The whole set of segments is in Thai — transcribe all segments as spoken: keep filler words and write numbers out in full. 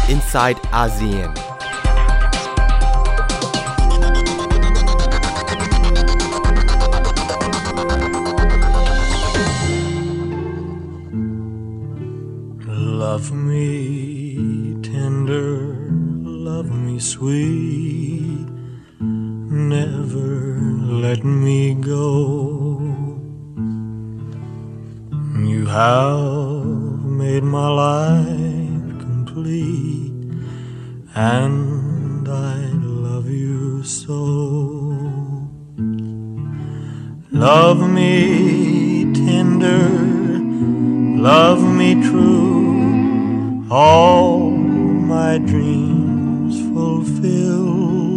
inside ASEAN. Love me tender, love me sweet, never let me go. You have made my life complete, and I love you so. Love me tender, love me true, all my dreams fulfill.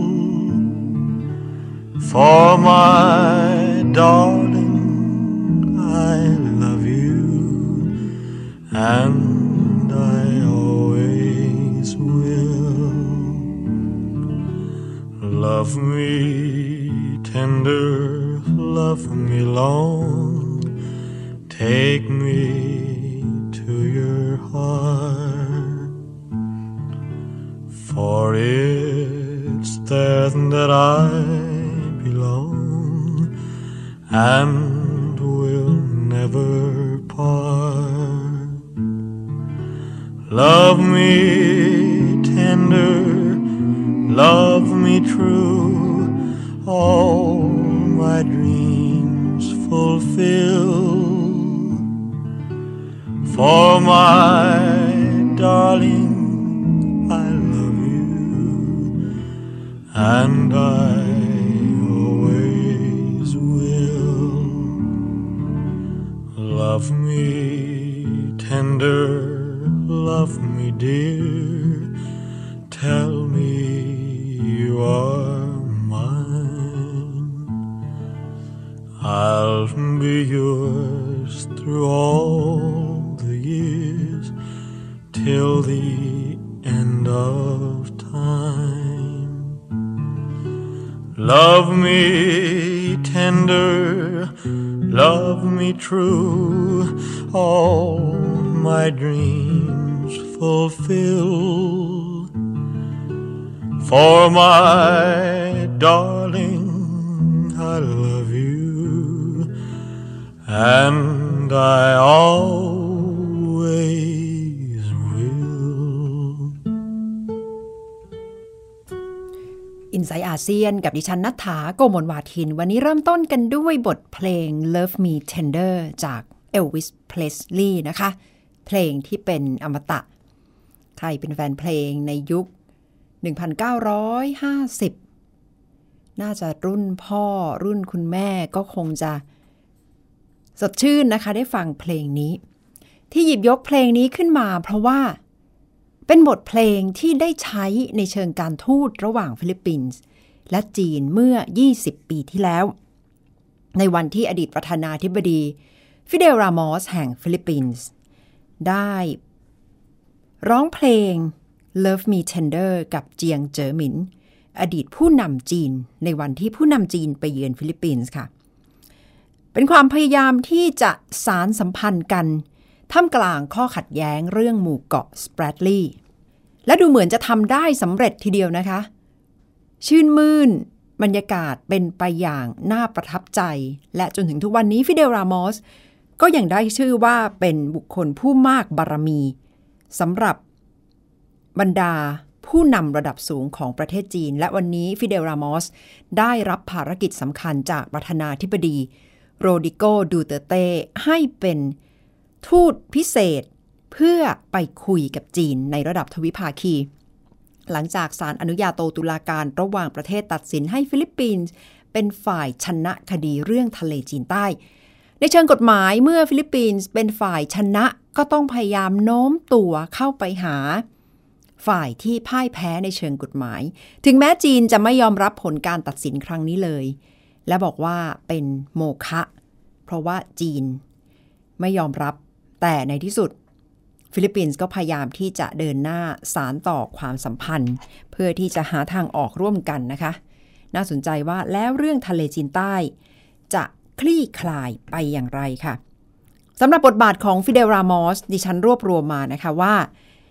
For my darling, I love you, and I always will. Love me tender, love me long, take me to your heart, for it's there that I belong and will never part. Love me tender, love me true, all my dreams fulfill. For my darling, I love you, and I always will. Love me tender, love me dear, tell me you are mine. I'll be yours through all the years, till the end of time. Love me tender, love me true, all my dreams fulfill. For my darling, I love you, and I always will. Inside อาเซียนกับดิฉันณัฐฐา โกมลวาทิน วันนี้เริ่มต้นกันด้วยบทเพลง Love Me Tender จาก Elvis Presley นะคะเพลงที่เป็นอมตะใครเป็นแฟนเพลงในยุคหนึ่งพันเก้าร้อยห้าสิบน่าจะรุ่นพ่อรุ่นคุณแม่ก็คงจะสดชื่นนะคะได้ฟังเพลงนี้ที่หยิบยกเพลงนี้ขึ้นมาเพราะว่าเป็นบทเพลงที่ได้ใช้ในเชิงการทูตระหว่างฟิลิปปินส์และจีนเมื่อยี่สิบปีที่แล้วในวันที่อดีตประธานาธิบดีฟิเดล รามอสแห่งฟิลิปปินส์ได้ร้องเพลง Love Me Tender กับเจียงเจ๋อหมินอดีตผู้นำจีนในวันที่ผู้นำจีนไปเยือนฟิลิปปินส์ค่ะเป็นความพยายามที่จะสานสัมพันธ์กันท่ามกลางข้อขัดแย้งเรื่องหมู่เกาะสแปรดลีย์และดูเหมือนจะทำได้สำเร็จทีเดียวนะคะชื่นมื่นบรรยากาศเป็นไปอย่างน่าประทับใจและจนถึงทุกวันนี้ฟิเดล รามอสก็ยังได้ชื่อว่าเป็นบุคคลผู้มากบารมีสำหรับบรรดาผู้นำระดับสูงของประเทศจีนและวันนี้ฟิเดล รามอสได้รับภารกิจสำคัญจากประธานาธิบดีโรดิโก ดูเตเต้ให้เป็นทูตพิเศษเพื่อไปคุยกับจีนในระดับทวิภาคีหลังจากศาลอนุญาโตตุลาการระหว่างประเทศตัดสินให้ฟิลิปปินส์เป็นฝ่ายชนะคดีเรื่องทะเลจีนใต้ในเชิงกฎหมายเมื่อฟิลิปปินส์เป็นฝ่ายชนะก็ต้องพยายามโน้มตัวเข้าไปหาฝ่ายที่พ่ายแพ้ในเชิงกฎหมายถึงแม้จีนจะไม่ยอมรับผลการตัดสินครั้งนี้เลยและบอกว่าเป็นโมฆะเพราะว่าจีนไม่ยอมรับแต่ในที่สุดฟิลิปปินส์ก็พยายามที่จะเดินหน้าสานต่อความสัมพันธ์เพื่อที่จะหาทางออกร่วมกันนะคะน่าสนใจว่าแล้วเรื่องทะเลจีนใต้จะคลี่คลายไปอย่างไรค่ะสำหรับบทบาทของฟิเดล รามอสดิฉันรวบรวมมานะคะว่า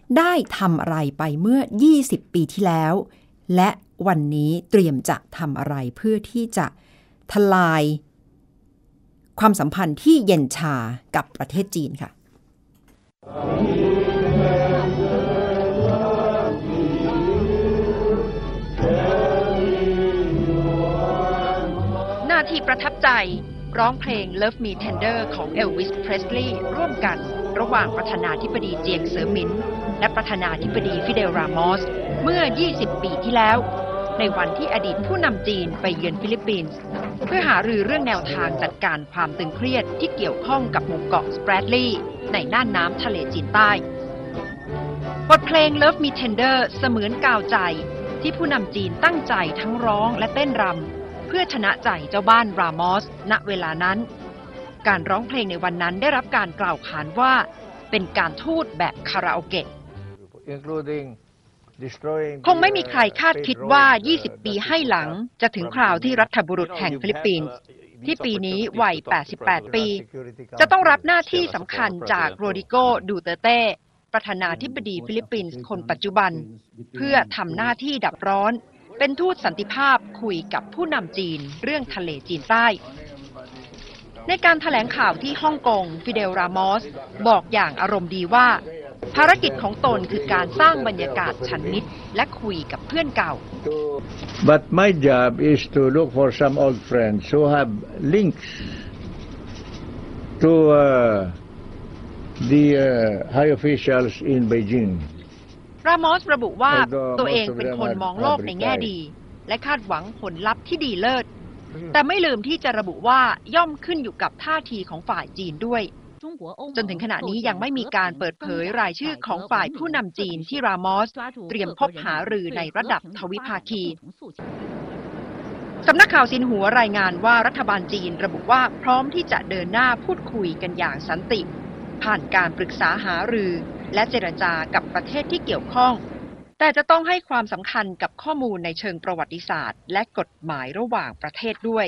ได้ทำอะไรไปเมื่อยี่สิบปีที่แล้วและวันนี้เตรียมจะทำอะไรเพื่อที่จะทลายความสัมพันธ์ที่เย็นชากับประเทศจีนค่ะนาทีประทับใจร้องเพลง Love Me Tender ของ Elvis Presley ร่วมกันระหว่างประธานาธิบดีเจียงเสอหมินและประธานาธิบดีฟิเดล รามอสเมื่อยี่สิบปีที่แล้วในวันที่อดีตผู้นำจีนไปเยือนฟิลิปปินส์เพื่อหารือเรื่องแนวทางจัดการความตึงเครียดที่เกี่ยวข้องกับหมู่เกาะสแปรดลีย์ในน่านน้ำทะเลจีนใต้บทเพลง Love Me Tender เสมือนกาวใจที่ผู้นำจีนตั้งใจทั้งร้องและเต้นรำเพื่อชนะใจเจ้าบ้านรามอสณเวลานั้นการร้องเพลงในวันนั้นได้รับการกล่าวขานว่าเป็นการทูตแบบคาราโอเกะคงไม่มีใครคาดคิดว่ายี่สิบปีให้หลังจะถึงคราวที่รัฐบุรุษแห่งฟิลิปปินส์ที่ปีนี้วัยแปดสิบแปดปีจะต้องรับหน้าที่สำคัญจากโรดิโก ดูเตเต้ประธานาธิบดีฟิลิปปินส์คนปัจจุบันเพื่อทำหน้าที่ดับร้อนเป็นทูตสันติภาพคุยกับผู้นำจีนเรื่องทะเลจีนใต้ในการแถลงข่าวที่ฮ่องกงฟิเดล รามอสบอกอย่างอารมณ์ดีว่าภารกิจของตนคือการสร้างบรรยากาศฉันมิตรและคุยกับเพื่อนเก่า But my job is to look for some old friends who have links to uh, the uh, high officials in Beijing รามอสระบุว่าตัวเองเป็นคนมองโลกในแง่ดีและคาดหวังผลลัพธ์ที่ดีเลิศแต่ไม่ลืมที่จะระบุว่าย่อมขึ้นอยู่กับท่าทีของฝ่ายจีนด้วยจนถึงขณะนี้ยังไม่มีการเปิดเผยรายชื่อของฝ่ายผู้นำจีนที่รามอสเตรียมพบหารือในระดับทวิภาคีสำนักข่าวซินหัวรายงานว่ารัฐบาลจีนระบุว่าพร้อมที่จะเดินหน้าพูดคุยกันอย่างสันติผ่านการปรึกษาหารือและเจรจากับประเทศที่เกี่ยวข้องแต่จะต้องให้ความสำคัญกับข้อมูลในเชิงประวัติศาสตร์และกฎหมายระหว่างประเทศด้วย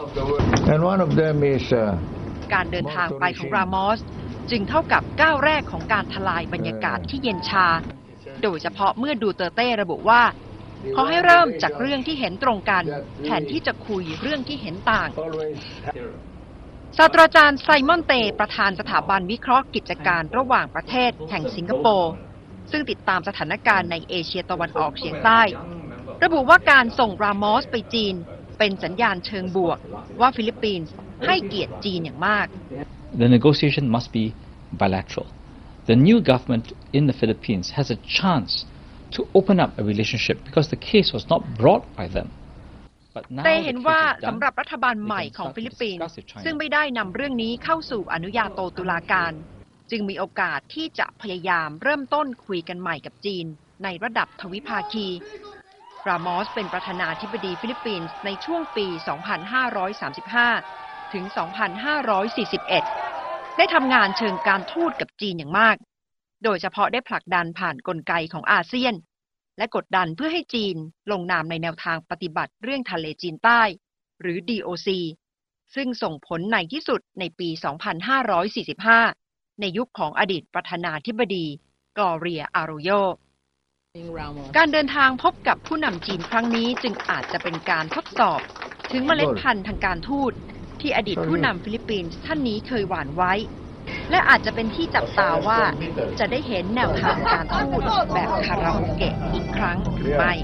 And one of them is, uh, การเดินทางไปของรามอสจึงเท่ากับก้าวแรกของการทลายบรรยากาศที่เย็นชาโดยเฉพาะเมื่อดูเตอร์เต้ระบุว่าขอให้เริ่มจากเรื่องที่เห็นตรงกันแทนที่จะคุยเรื่องที่เห็นต่างศาสตราจารย์ไซมอนเตประธานสถาบันวิเคราะห์กิจการระหว่างประเทศแห่งสิงคโปร์ซึ่งติดตามสถานการณ์ในเอเชียตะวันออกเฉียงใต้ระบุว่าการส่งรามอสไปจีนเป็นสัญญาณเชิงบวกว่าฟิลิปปินส์ให้เกียรติจีนอย่างมาก The negotiation must be bilateral. The new government in the Philippines has a chance to open up a relationship because the case was not brought by them. แต่เห็นว่าสำหรับรัฐบาลใหม่ของฟิลิปปินส์ซึ่งไม่ได้นำเรื่องนี้เข้าสู่อนุญาโตตุลาการจึงมีโอกาสที่จะพยายามเริ่มต้นคุยกันใหม่กับจีนในระดับทวิภาคีรามอสเป็นประธานาธิบดีฟิลิปปินส์ในช่วงปี สองพันห้าร้อยสามสิบห้า ถึง สองพันห้าร้อยสี่สิบเอ็ด ได้ทำงานเชิงการทูตกับจีนอย่างมากโดยเฉพาะได้ผลักดันผ่านกลไกของอาเซียนและกดดันเพื่อให้จีนลงนามในแนวทางปฏิบัติเรื่องทะเลจีนใต้หรือ ดี โอ ซี ซึ่งส่งผลในที่สุดในปี สองพันห้าร้อยสี่สิบห้า ในยุคของอดีตประธานาธิบดีกลอเรีย อาโรโยการเดินทางพบกับผู้นำจีนครั้งนี้จึงอาจจะเป็นการทดสอบถึงเมล็ดพันธุ์ทางการทูตที่อดีตผู้นำฟิลิปปินส์ท่านนี้เคยหว่านไว้และอาจจะเป็นที่จับตาว่าจะได้เห็นแนวทางการทูตแบบคาราโอเกะอีกครั้งหรือไม่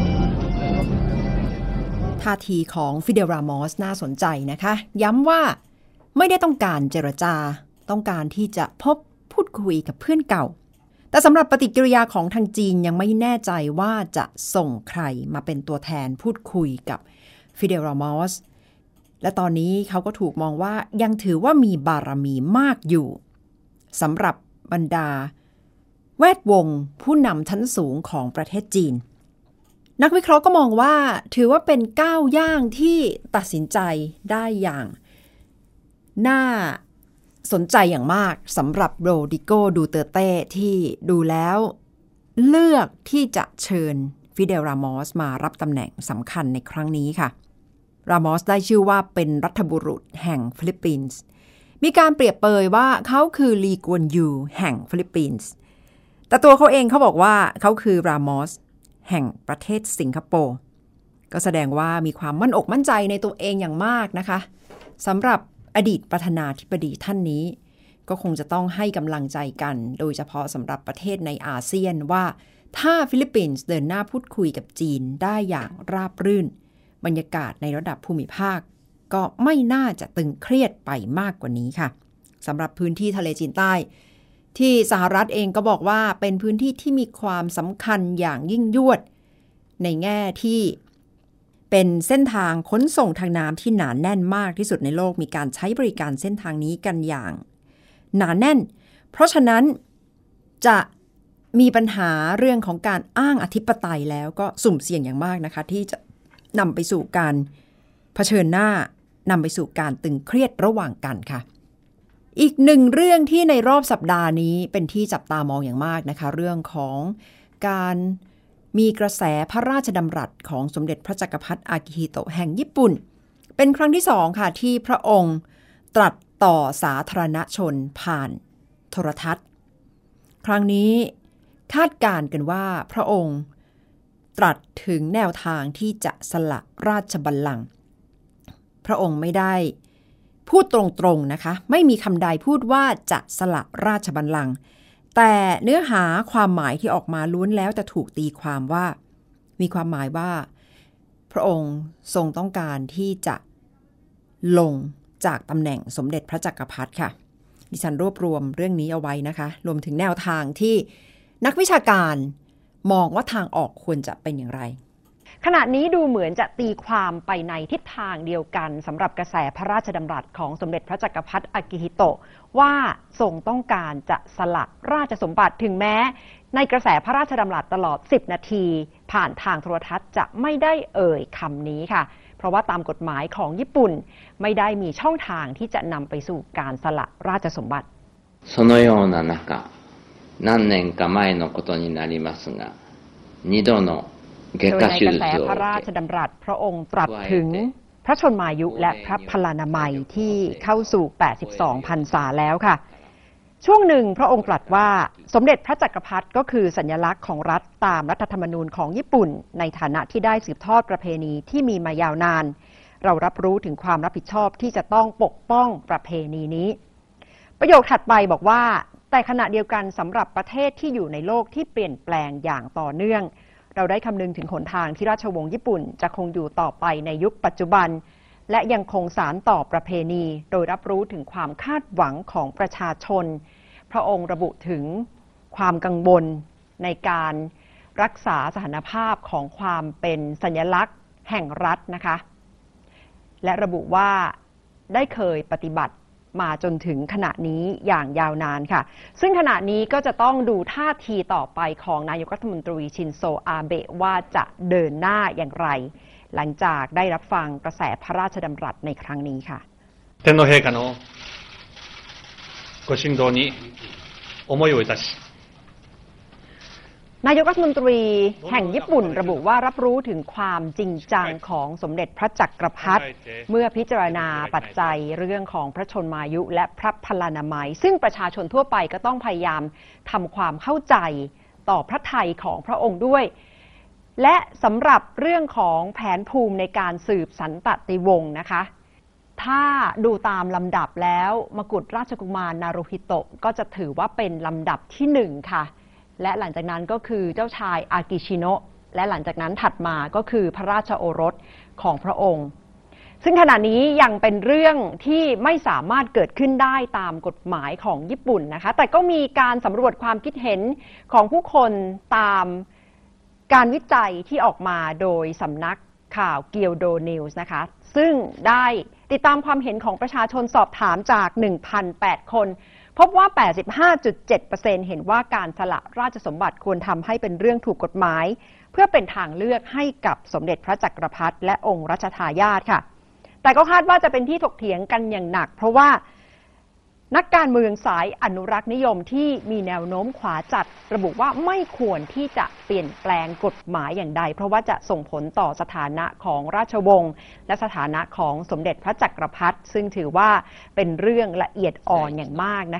ท่าทีของฟิเดล รามอสน่าสนใจนะคะย้ำว่าไม่ได้ต้องการเจรจาต้องการที่จะพบพูดคุยกับเพื่อนเก่าแต่สำหรับปฏิกิริยาของทางจีนยังไม่แน่ใจว่าจะส่งใครมาเป็นตัวแทนพูดคุยกับฟิเดล รามอสและตอนนี้เขาก็ถูกมองว่ายังถือว่ามีบารมีมากอยู่สำหรับบรรดาแวดวงผู้นำชั้นสูงของประเทศจีนนักวิเคราะห์ก็มองว่าถือว่าเป็นก้าวย่างที่ตัดสินใจได้อย่างน่าสนใจอย่างมากสำหรับโรดิโก ดูเตอร์เต้ที่ดูแล้วเลือกที่จะเชิญฟิเดล รามอสมารับตำแหน่งสำคัญในครั้งนี้ค่ะรามอสได้ชื่อว่าเป็นรัฐบุรุษแห่งฟิลิปปินส์มีการเปรียบเปยว่าเขาคือลีกวนยูแห่งฟิลิปปินส์แต่ตัวเขาเองเขาบอกว่าเขาคือรามอสแห่งประเทศสิงคโปร์ก็แสดงว่ามีความมั่นอกมั่นใจในตัวเองอย่างมากนะคะสำหรับอดีตประธานาธิบดีท่านนี้ก็คงจะต้องให้กำลังใจกันโดยเฉพาะสำหรับประเทศในอาเซียนว่าถ้าฟิลิปปินส์เดินหน้าพูดคุยกับจีนได้อย่างราบรื่นบรรยากาศในระดับภูมิภาคก็ไม่น่าจะตึงเครียดไปมากกว่านี้ค่ะสำหรับพื้นที่ทะเลจีนใต้ที่สหรัฐเองก็บอกว่าเป็นพื้นที่ที่มีความสำคัญอย่างยิ่งยวดในแง่ที่เป็นเส้นทางขนส่งทางน้ำที่หนาแน่นมากที่สุดในโลกมีการใช้บริการเส้นทางนี้กันอย่างหนาแน่นเพราะฉะนั้นจะมีปัญหาเรื่องของการอ้างอธิปไตยแล้วก็สุ่มเสี่ยงอย่างมากนะคะที่จะนำไปสู่การเผชิญหน้านำไปสู่การตึงเครียดระหว่างกันค่ะอีกหนึ่งเรื่องที่ในรอบสัปดาห์นี้เป็นที่จับตามองอย่างมากนะคะเรื่องของการมีกระแสพระราชดำรัสของสมเด็จพระจักรพรรดิอากิฮิโตะแห่งญี่ปุ่นเป็นครั้งที่สองค่ะที่พระองค์ตรัสต่อสาธารณชนผ่านโทรทัศน์ครั้งนี้คาดการณ์กันว่าพระองค์ตรัสถึงแนวทางที่จะสละราชบัลลังก์พระองค์ไม่ได้พูดตรงๆนะคะไม่มีคำใดพูดว่าจะสละราชบัลลังก์แต่เนื้อหาความหมายที่ออกมาล้วนแล้วแต่ถูกตีความว่ามีความหมายว่าพระองค์ทรงต้องการที่จะลงจากตำแหน่งสมเด็จพระจักรพรรดิค่ะดิฉันรวบรวมเรื่องนี้เอาไว้นะคะรวมถึงแนวทางที่นักวิชาการมองว่าทางออกควรจะเป็นอย่างไรขณะนี้ดูเหมือนจะตีความไปในทิศทางเดียวกันสำหรับกระแสพระราชดำรัสของสมเด็จพระจักรพรรดิอากิฮิโตะว่าทรงต้องการจะสละราชสมบัติถึงแม้ในกระแสพระราชดำรัสตลอดสิบนาทีผ่านทางโทรทัศน์จะไม่ได้เอ่ยคำนี้ค่ะเพราะว่าตามกฎหมายของญี่ปุ่นไม่ได้มีช่องทางที่จะนำไปสู่การสละราชสมบัติそのような中何年か前のことになりますが二度のโดยในกระแสพระราชดำรัสพระองค์ตรัสถึงพระชนมายุและพระพลานามัยที่เข้าสู่แปดสิบสองพรรษาแล้วค่ะช่วงหนึ่งพระองค์ตรัสว่าสมเด็จพระจักรพรรดิก็คือสัญลักษณ์ของรัฐตามรัฐธรรมนูญของญี่ปุ่นในฐานะที่ได้สืบทอดประเพณีที่มีมายาวนานเรารับรู้ถึงความรับผิดชอบที่จะต้องปกป้องประเพณีนี้ประโยคถัดไปบอกว่าแต่ขณะเดียวกันสำหรับประเทศที่อยู่ในโลกที่เปลี่ยนแปลงอย่างต่อเนื่องเราได้คำนึงถึงหนทางที่ราชวงศ์ญี่ปุ่นจะคงอยู่ต่อไปในยุคปัจจุบันและยังคงสานต่อประเพณีโดยรับรู้ถึงความคาดหวังของประชาชนพระองค์ระบุถึงความกังวลในการรักษาสถานภาพของความเป็นสัญลักษณ์แห่งรัฐนะคะและระบุว่าได้เคยปฏิบัติมาจนถึงขณะนี้อย่างยาวนานค่ะซึ่งขณะนี้ก็จะต้องดูท่าทีต่อไปของนายกรัฐมนตรีชินโซอาเบะว่าจะเดินหน้าอย่างไรหลังจากได้รับฟังกระแสพระราชดำรัสในครั้งนี้ค่ะ天皇陛下のご心労に思いをいたしนายกรัฐมนตรีแห่งญี่ปุ่นระบุว่ารับรู้ถึงความจริงจังของสมเด็จพระจักรพรรดิเมื่อพิจารณาปัจจัยเรื่องของพระชนมายุและพระพลานามัยซึ่งประชาชนทั่วไปก็ต้องพยายามทำความเข้าใจต่อพระทัยของพระองค์ด้วยและสำหรับเรื่องของแผนภูมิในการสืบสันตติวงศ์นะคะถ้าดูตามลำดับแล้วมกุฎราชกุมารนารุฮิโตะก็จะถือว่าเป็นลำดับที่หนึ่งค่ะและหลังจากนั้นก็คือเจ้าชายอากิชิโนะและหลังจากนั้นถัดมาก็คือพระราชโอรสของพระองค์ซึ่งขณะนี้ยังเป็นเรื่องที่ไม่สามารถเกิดขึ้นได้ตามกฎหมายของญี่ปุ่นนะคะแต่ก็มีการสำรวจความคิดเห็นของผู้คนตามการวิจัยที่ออกมาโดยสำนักข่าวเกียวโดนิวส์นะคะซึ่งได้ติดตามความเห็นของประชาชนสอบถามจาก หนึ่งพันแปด คนพบว่า แปดสิบห้าจุดเจ็ดเปอร์เซ็นต์ เห็นว่าการสละราชสมบัติควรทำให้เป็นเรื่องถูกกฎหมายเพื่อเป็นทางเลือกให้กับสมเด็จพระจักรพรรดิและองค์รัชทายาทค่ะแต่ก็คาดว่าจะเป็นที่ถกเถียงกันอย่างหนักเพราะว่านักการเมืองสายอนุรักษ์นิยมที่มีแนวโน้มขวาจัดระบุว่าไม่ควรที่จะเปลี่ยนแปลงกฎหมายอย่างใดเพราะว่าจะส่งผลต่อสถานะของราชวงศ์และสถานะของสมเด็จพระจักรพรรดิซึ่งถือว่าเป็นเรื่องละเอียดอ่อนอย่างมากนะคะ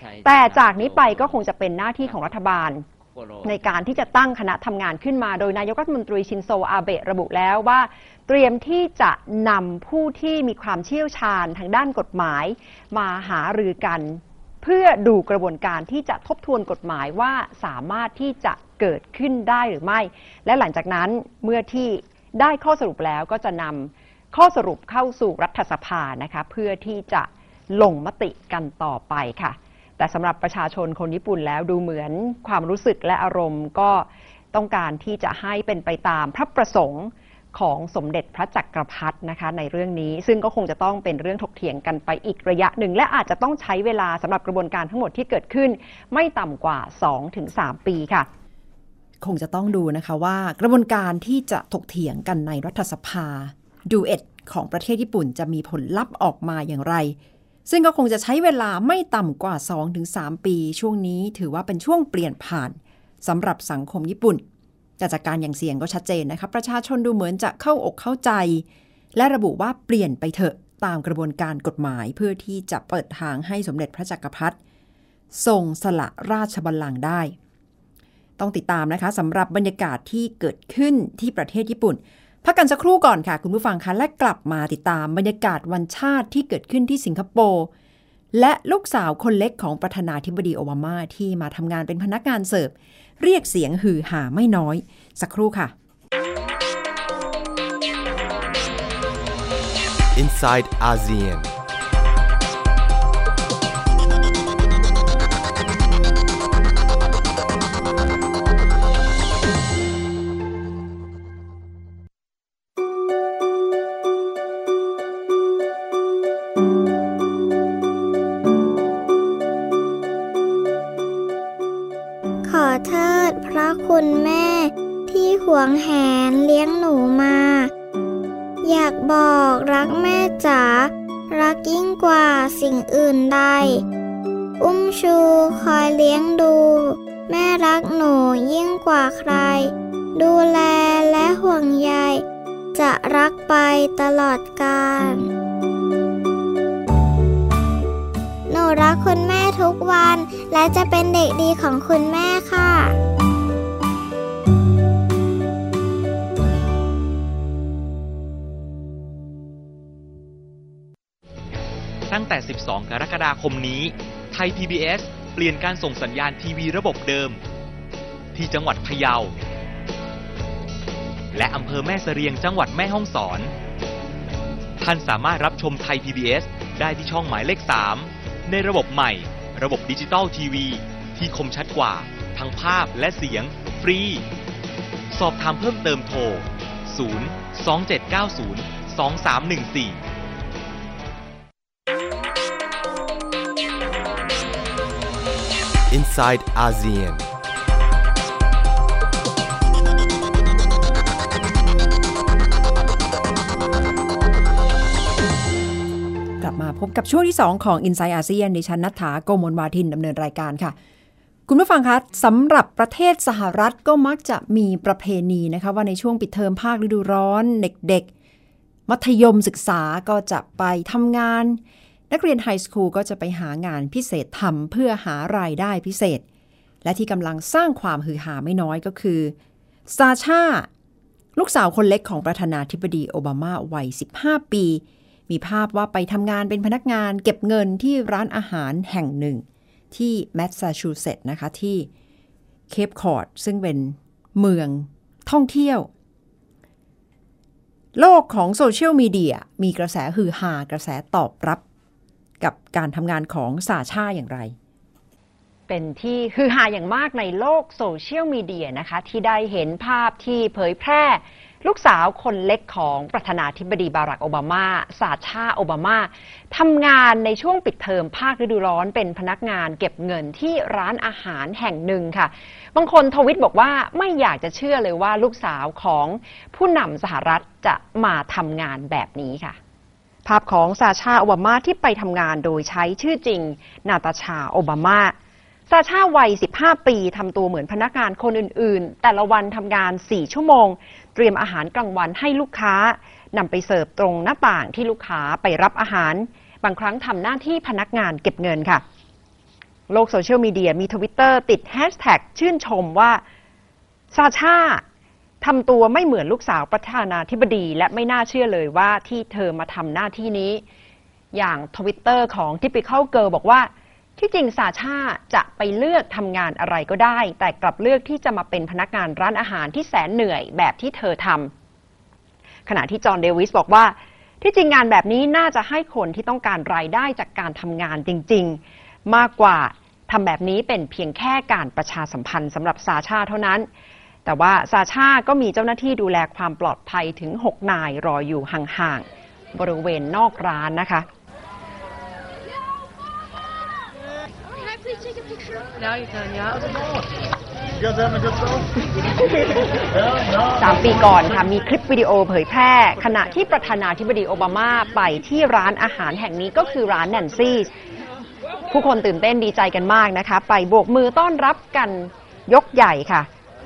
แต่จากนี้ไปก็คงจะเป็นหน้าที่ของรัฐบาลในการที่จะตั้งคณะทำงานขึ้นมาโดยนายกรัฐมนตรีชินโซอาเบะระบุแล้วว่าเตรียมที่จะนำผู้ที่มีความเชี่ยวชาญทางด้านกฎหมายมาหารือกันเพื่อดูกระบวนการที่จะทบทวนกฎหมายว่าสามารถที่จะเกิดขึ้นได้หรือไม่และหลังจากนั้นเมื่อที่ได้ข้อสรุปแล้วก็จะนำข้อสรุปเข้าสู่รัฐสภานะคะเพื่อที่จะลงมติกันต่อไปค่ะแต่สำหรับประชาชนคนญี่ปุ่นแล้วดูเหมือนความรู้สึกและอารมณ์ก็ต้องการที่จะให้เป็นไปตามพระประสงค์ของสมเด็จพระจักรพรรดินะคะในเรื่องนี้ซึ่งก็คงจะต้องเป็นเรื่องถกเถียงกันไปอีกระยะหนึ่งและอาจจะต้องใช้เวลาสำหรับกระบวนการทั้งหมดที่เกิดขึ้นไม่ต่ำกว่า สองถึงสาม ปีค่ะคงจะต้องดูนะคะว่ากระบวนการที่จะถกเถียงกันในรัฐสภาดูเอ็ดของประเทศญี่ปุ่นจะมีผลลัพธ์ออกมาอย่างไรซึ่งก็คงจะใช้เวลาไม่ต่ำกว่า สองถึงสาม ปีช่วงนี้ถือว่าเป็นช่วงเปลี่ยนผ่านสำหรับสังคมญี่ปุ่นแต่จากการอย่างเสียงก็ชัดเจนนะคะประชาชนดูเหมือนจะเข้าอกเข้าใจและระบุว่าเปลี่ยนไปเถอะตามกระบวนการกฎหมายเพื่อที่จะเปิดทางให้สมเด็จพระจักรพรรดิทรงสละราชบัลลังก์ได้ต้องติดตามนะคะสำหรับบรรยากาศที่เกิดขึ้นที่ประเทศญี่ปุ่นพักกันสักครู่ก่อนค่ะคุณผู้ฟังคะและกลับมาติดตามบรรยากาศวันชาติที่เกิดขึ้นที่สิงคโปร์และลูกสาวคนเล็กของประธานาธิบดีโอบามาที่มาทำงานเป็นพนักงานเสิร์ฟเรียกเสียงฮือหาไม่น้อยสักครู่ค่ะ Inside อาเซียนคุณแม่ที่หวงแหนเลี้ยงหนูมาอยากบอกรักแม่จ๋ารักยิ่งกว่าสิ่งอื่นใดอุ้มชูคอยเลี้ยงดูแม่รักหนูยิ่งกว่าใครดูแลและห่วงใยจะรักไปตลอดกาลหนูรักคุณแม่ทุกวันและจะเป็นเด็กดีของคุณแม่ค่ะตั้งแต่สิบสองกรกฎาคมนี้ไทย พี บี เอส เปลี่ยนการส่งสัญญาณทีวีระบบเดิมที่จังหวัดพะเยาและอำเภอแม่เสรียงจังหวัดแม่ฮ่องสอนท่านสามารถรับชมไทย พี บี เอส ได้ที่ช่องหมายเลขสามในระบบใหม่ระบบดิจิตอลทีวีที่คมชัดกว่าทั้งภาพและเสียงฟรีสอบถามเพิ่มเติมโทรศูนย์ สอง เจ็ด เก้า ศูนย์ สอง สาม หนึ่ง สี่ Inside อาเซียนกลับมาพบกับช่วงที่สองของ Inside อาเซียนดิฉันณัฐฐา โกมลวาทินดำเนินรายการค่ะคุณผู้ฟังคะสำหรับประเทศสหรัฐก็มักจะมีประเพณีนะคะว่าในช่วงปิดเทอมภาคฤดูร้อนเด็กๆมัธยมศึกษาก็จะไปทำงานนักเรียนไฮสคูลก็จะไปหางานพิเศษทำเพื่อหารายได้พิเศษและที่กำลังสร้างความฮือฮาไม่น้อยก็คือซาชาลูกสาวคนเล็กของประธานาธิบดีโอบามาวัยสิบห้าปีมีภาพว่าไปทำงานเป็นพนักงานเก็บเงินที่ร้านอาหารแห่งหนึ่งที่แมสซาชูเซตส์นะคะที่เคปคอร์ดซึ่งเป็นเมืองท่องเที่ยวโลกของโซเชียลมีเดียมีกระแสฮือฮากระแสตอบรับกับการทำงานของซาชาอย่างไรเป็นที่ฮือฮาอย่างมากในโลกโซเชียลมีเดียนะคะที่ได้เห็นภาพที่เผยแพร่ลูกสาวคนเล็กของประธานาธิบดีบารักโอบามาซาชาโอบามาทำงานในช่วงปิดเทอมภาคฤดูร้อนเป็นพนักงานเก็บเงินที่ร้านอาหารแห่งหนึ่งค่ะบางคนทวิตบอกว่าไม่อยากจะเชื่อเลยว่าลูกสาวของผู้นำสหรัฐจะมาทำงานแบบนี้ค่ะภาพของซาชาโอบามาที่ไปทำงานโดยใช้ชื่อจริงนาตาชาโอบามาซาชาวัยสิบห้าปีทำตัวเหมือนพนักงานคนอื่นๆแต่ละวันทำงานสี่ชั่วโมงเตรียมอาหารกลางวันให้ลูกค้านำไปเสิร์ฟตรงหน้าต่างที่ลูกค้าไปรับอาหารบางครั้งทำหน้าที่พนักงานเก็บเงินค่ะโลกโซเชียลมีเดียมี Twitter ติดแฮชแท็กชื่นชมว่าซาชาทำตัวไม่เหมือนลูกสาวประธานาธิบดีและไม่น่าเชื่อเลยว่าที่เธอมาทำหน้าที่นี้อย่าง Twitter ของ Typical Girl บอกว่าที่จริงซาชาจะไปเลือกทำงานอะไรก็ได้แต่กลับเลือกที่จะมาเป็นพนักงานร้านอาหารที่แสนเหนื่อยแบบที่เธอทำขณะที่จอห์นเดวิสบอกว่าที่จริงงานแบบนี้น่าจะให้คนที่ต้องการรายได้จากการทำงานจริงๆมากกว่าทำแบบนี้เป็นเพียงแค่การประชาสัมพันธ์สำหรับซาชาเท่านั้นแต่ว่าซาชาก็มีเจ้าหน้าที่ดูแลความปลอดภัยถึงหกนายรออยู่ห่างๆบริเวณนอกร้านนะคะสามปีก่อนค่ะมีคลิปวิดีโอเผยแพร่ขณะที่ประธานาธิบดีโอบามาไปที่ร้านอาหารแห่งนี้ก็คือร้านแนนซี่ผู้คนตื่นเต้นดีใจกันมากนะคะไปโบกมือต้อนรับกันยกใหญ่ค่ะ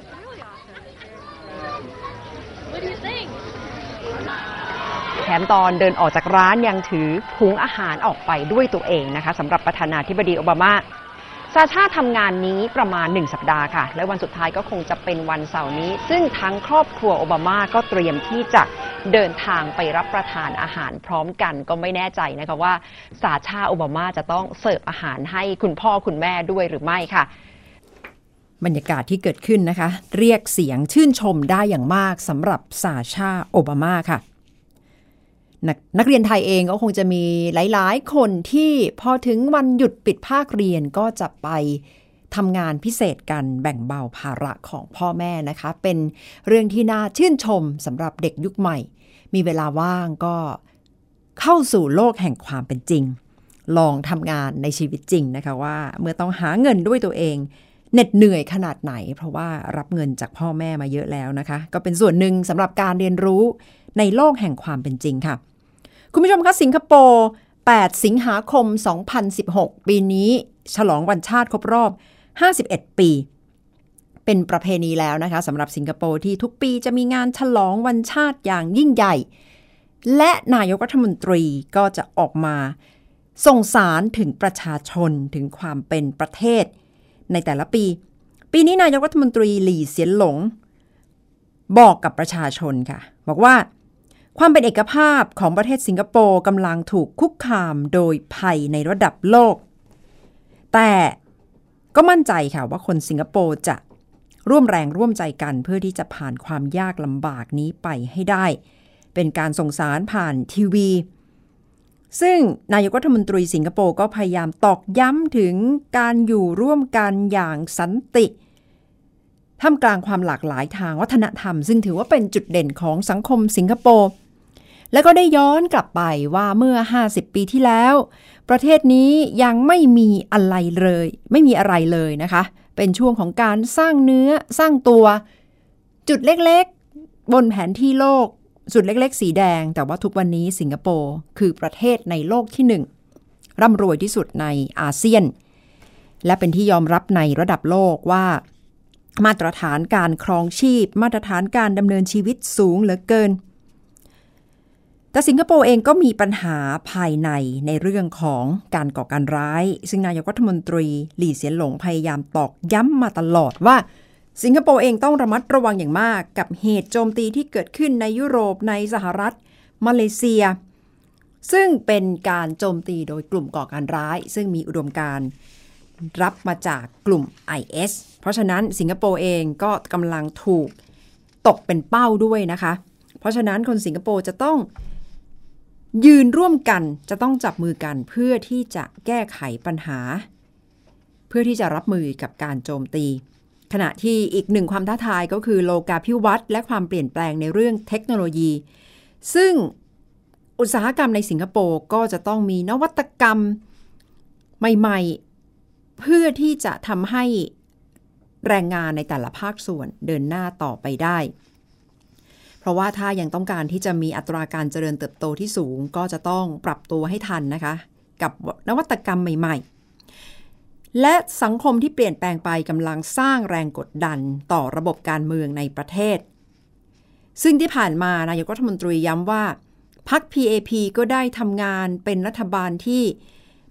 แถมตอนเดินออกจากร้านยังถือถุงอาหารออกไปด้วยตัวเองนะคะสำหรับประธานาธิบดีโอบามาซาชาทำงานนี้ประมาณหนึ่งสัปดาห์ค่ะและวันสุดท้ายก็คงจะเป็นวันเสาร์นี้ซึ่งทั้งครอบครัวโอบามาก็เตรียมที่จะเดินทางไปรับประทานอาหารพร้อมกันก็ไม่แน่ใจนะคะว่าซาชาโอบามาจะต้องเสิร์ฟอาหารให้คุณพ่อคุณแม่ด้วยหรือไม่ค่ะบรรยากาศที่เกิดขึ้นนะคะเรียกเสียงชื่นชมได้อย่างมากสำหรับซาชาโอบามาค่ะนนักเรียนไทยเองก็คงจะมีหลายๆคนที่พอถึงวันหยุดปิดภาคเรียนก็จะไปทำงานพิเศษกันแบ่งเบาภาระของพ่อแม่นะคะเป็นเรื่องที่น่าชื่นชมสำหรับเด็กยุคใหม่มีเวลาว่างก็เข้าสู่โลกแห่งความเป็นจริงลองทำงานในชีวิตจริงนะคะว่าเมื่อต้องหาเงินด้วยตัวเองเหน็ดเหนื่อยขนาดไหนเพราะว่ารับเงินจากพ่อแม่มาเยอะแล้วนะคะก็เป็นส่วนหนึ่งสำหรับการเรียนรู้ในโลกแห่งความเป็นจริงค่ะคุณผู้ชมคะสิงคโปร์แปดสิงหาคมสองพันสิบหกปีนี้ฉลองวันชาติครบรอบห้าสิบเอ็ดปีเป็นประเพณีแล้วนะคะสำหรับสิงคโปร์ที่ทุกปีจะมีงานฉลองวันชาติอย่างยิ่งใหญ่และนายกรัฐมนตรีก็จะออกมาส่งสารถึงประชาชนถึงความเป็นประเทศในแต่ละปีปีนี้นายกรัฐมนตรีหลี่เสียนหลงบอกกับประชาชนค่ะบอกว่าความเป็นเอกภาพของประเทศสิงคโปร์กำลังถูกคุกคามโดยภัยในระดับโลกแต่ก็มั่นใจค่ะว่าคนสิงคโปร์จะร่วมแรงร่วมใจกันเพื่อที่จะผ่านความยากลำบากนี้ไปให้ได้เป็นการส่งสารผ่านทีวีซึ่งนายกรัฐมนตรีสิงคโปร์ก็พยายามตอกย้ำถึงการอยู่ร่วมกันอย่างสันติท่ามกลางความหลากหลายทางวัฒนธรรมซึ่งถือว่าเป็นจุดเด่นของสังคมสิงคโปร์และก็ได้ย้อนกลับไปว่าเมื่อห้าสิบปีที่แล้วประเทศนี้ยังไม่มีอะไรเลยไม่มีอะไรเลยนะคะเป็นช่วงของการสร้างเนื้อสร้างตัวจุดเล็กๆบนแผนที่โลกจุดเล็กๆสีแดงแต่ว่าทุกวันนี้สิงคโปร์คือประเทศในโลกที่หนึ่งร่ำรวยที่สุดในอาเซียนและเป็นที่ยอมรับในระดับโลกว่ามาตรฐานการครองชีพมาตรฐานการดำเนินชีวิตสูงเหลือเกินแต่สิงคโปร์เองก็มีปัญหาภายในในเรื่องของการก่อการร้ายซึ่งนายกรัฐมนตรีหลี่เสียนหลงพยายามตอกย้ำมาตลอดว่าสิงคโปร์เองต้องระมัดระวังอย่างมากกับเหตุโจมตีที่เกิดขึ้นในยุโรปในสหรัฐมาเลเซียซึ่งเป็นการโจมตีโดยกลุ่มก่อการร้ายซึ่งมีอุดมการณ์รับมาจากกลุ่ม ไอ เอส เพราะฉะนั้นสิงคโปร์เองก็กำลังถูกตกเป็นเป้าด้วยนะคะเพราะฉะนั้นคนสิงคโปร์จะต้องยืนร่วมกันจะต้องจับมือกันเพื่อที่จะแก้ไขปัญหาเพื่อที่จะรับมือกับการโจมตีขณะที่อีกหนึ่งความท้าทายก็คือโลกาภิวัตน์และความเปลี่ยนแปลงในเรื่องเทคโนโลยีซึ่งอุตสาหกรรมในสิงคโปร์ก็จะต้องมีนวัตกรรมใหม่ๆเพื่อที่จะทำให้แรงงานในแต่ละภาคส่วนเดินหน้าต่อไปได้เพราะว่าถ้ายังต้องการที่จะมีอัตราการเจริญเติบโตที่สูงก็จะต้องปรับตัวให้ทันนะคะกับนวัตกรรมใหม่ๆและสังคมที่เปลี่ยนแปลงไปกำลังสร้างแรงกดดันต่อระบบการเมืองในประเทศซึ่งที่ผ่านมานายกรัฐมนตรีย้ำว่าพรรค พี เอ พี ก็ได้ทำงานเป็นรัฐบาลที่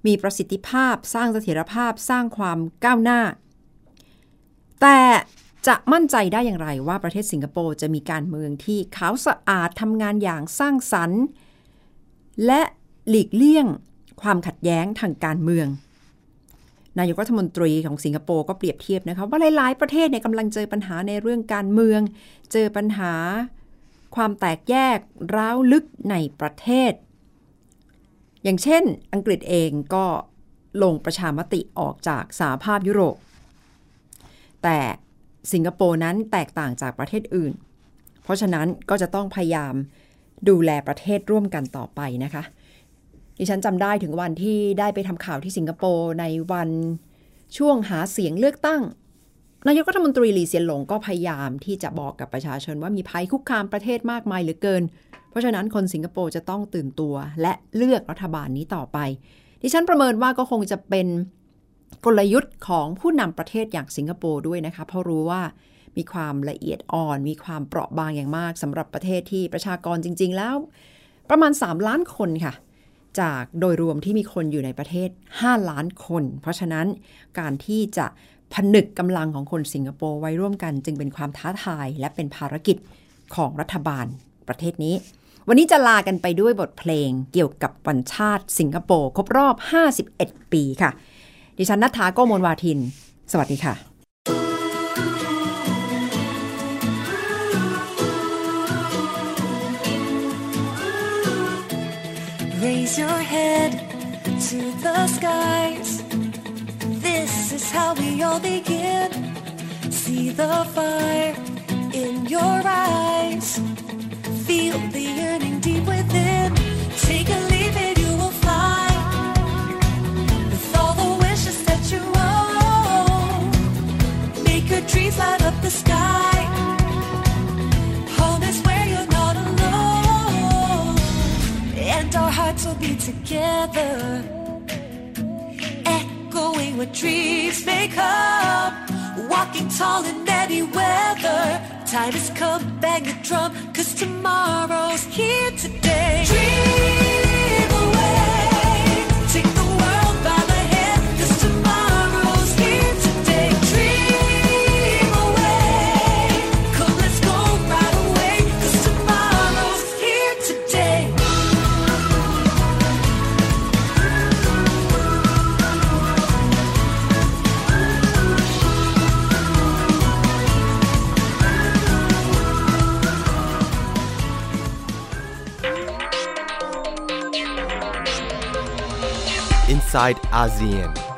มีประสิทธิภาพสร้างเสถียรภาพสร้างความก้าวหน้าแต่จะมั่นใจได้อย่างไรว่าประเทศสิงคโปร์จะมีการเมืองที่ขาวสะอาดทำงานอย่างสร้างสรรค์และหลีกเลี่ยงความขัดแย้งทางการเมืองนายกรัฐมนตรีของสิงคโปร์ก็เปรียบเทียบนะคะว่าหลายๆประเทศเนี่ยกำลังเจอปัญหาในเรื่องการเมืองเจอปัญหาความแตกแยกร้าวลึกในประเทศอย่างเช่นอังกฤษเองก็ลงประชามติออกจากสหภาพยุโรปแต่สิงคโปร์นั้นแตกต่างจากประเทศอื่นเพราะฉะนั้นก็จะต้องพยายามดูแลประเทศร่วมกันต่อไปนะคะดิฉันจำได้ถึงวันที่ได้ไปทำข่าวที่สิงคโปร์ในวันช่วงหาเสียงเลือกตั้งนายกรัฐมนตรีหลีเซียนหลงก็พยายามที่จะบอกกับประชาชนว่ามีภัยคุกคามประเทศมากมายเหลือเกินเพราะฉะนั้นคนสิงคโปร์จะต้องตื่นตัวและเลือกรัฐบาลนี้ต่อไปดิฉันประเมินว่าก็คงจะเป็นกลยุทธ์ของผู้นำประเทศอย่างสิงคโปร์ด้วยนะคะเพราะรู้ว่ามีความละเอียดอ่อนมีความเปราะบางอย่างมากสำหรับประเทศที่ประชากรจริงๆแล้วประมาณสามล้านคนค่ะจากโดยรวมที่มีคนอยู่ในประเทศห้าล้านคนเพราะฉะนั้นการที่จะผนึกกำลังของคนสิงคโปร์ไว้ร่วมกันจึงเป็นความท้าทายและเป็นภารกิจของรัฐบาลประเทศนี้วันนี้จะลากันไปด้วยบทเพลงเกี่ยวกับวันชาติสิงคโปร์ครบรอบห้าสิบเอ็ดปีค่ะดิฉันณัฐฐา โกมลวาทินสวัสดีค่ะ Raise your head to the skies. This is how we all begin. See the fire in your eyes. Feel the yearning deep within. Take a leap and you will fly. With all the wishes that you own. Make your dreams light up the sky. Home is where you're not alone. And our hearts will be together. Echoing what dreams may come. Walking tall in any weather. Time has come, bang the drum, 'cause tomorrow's here today. Dream away, take the world by the hand, 'cause tomorrow's here today. Dream away, come let's go right away, 'cause tomorrow's here today. Inside ASEAN.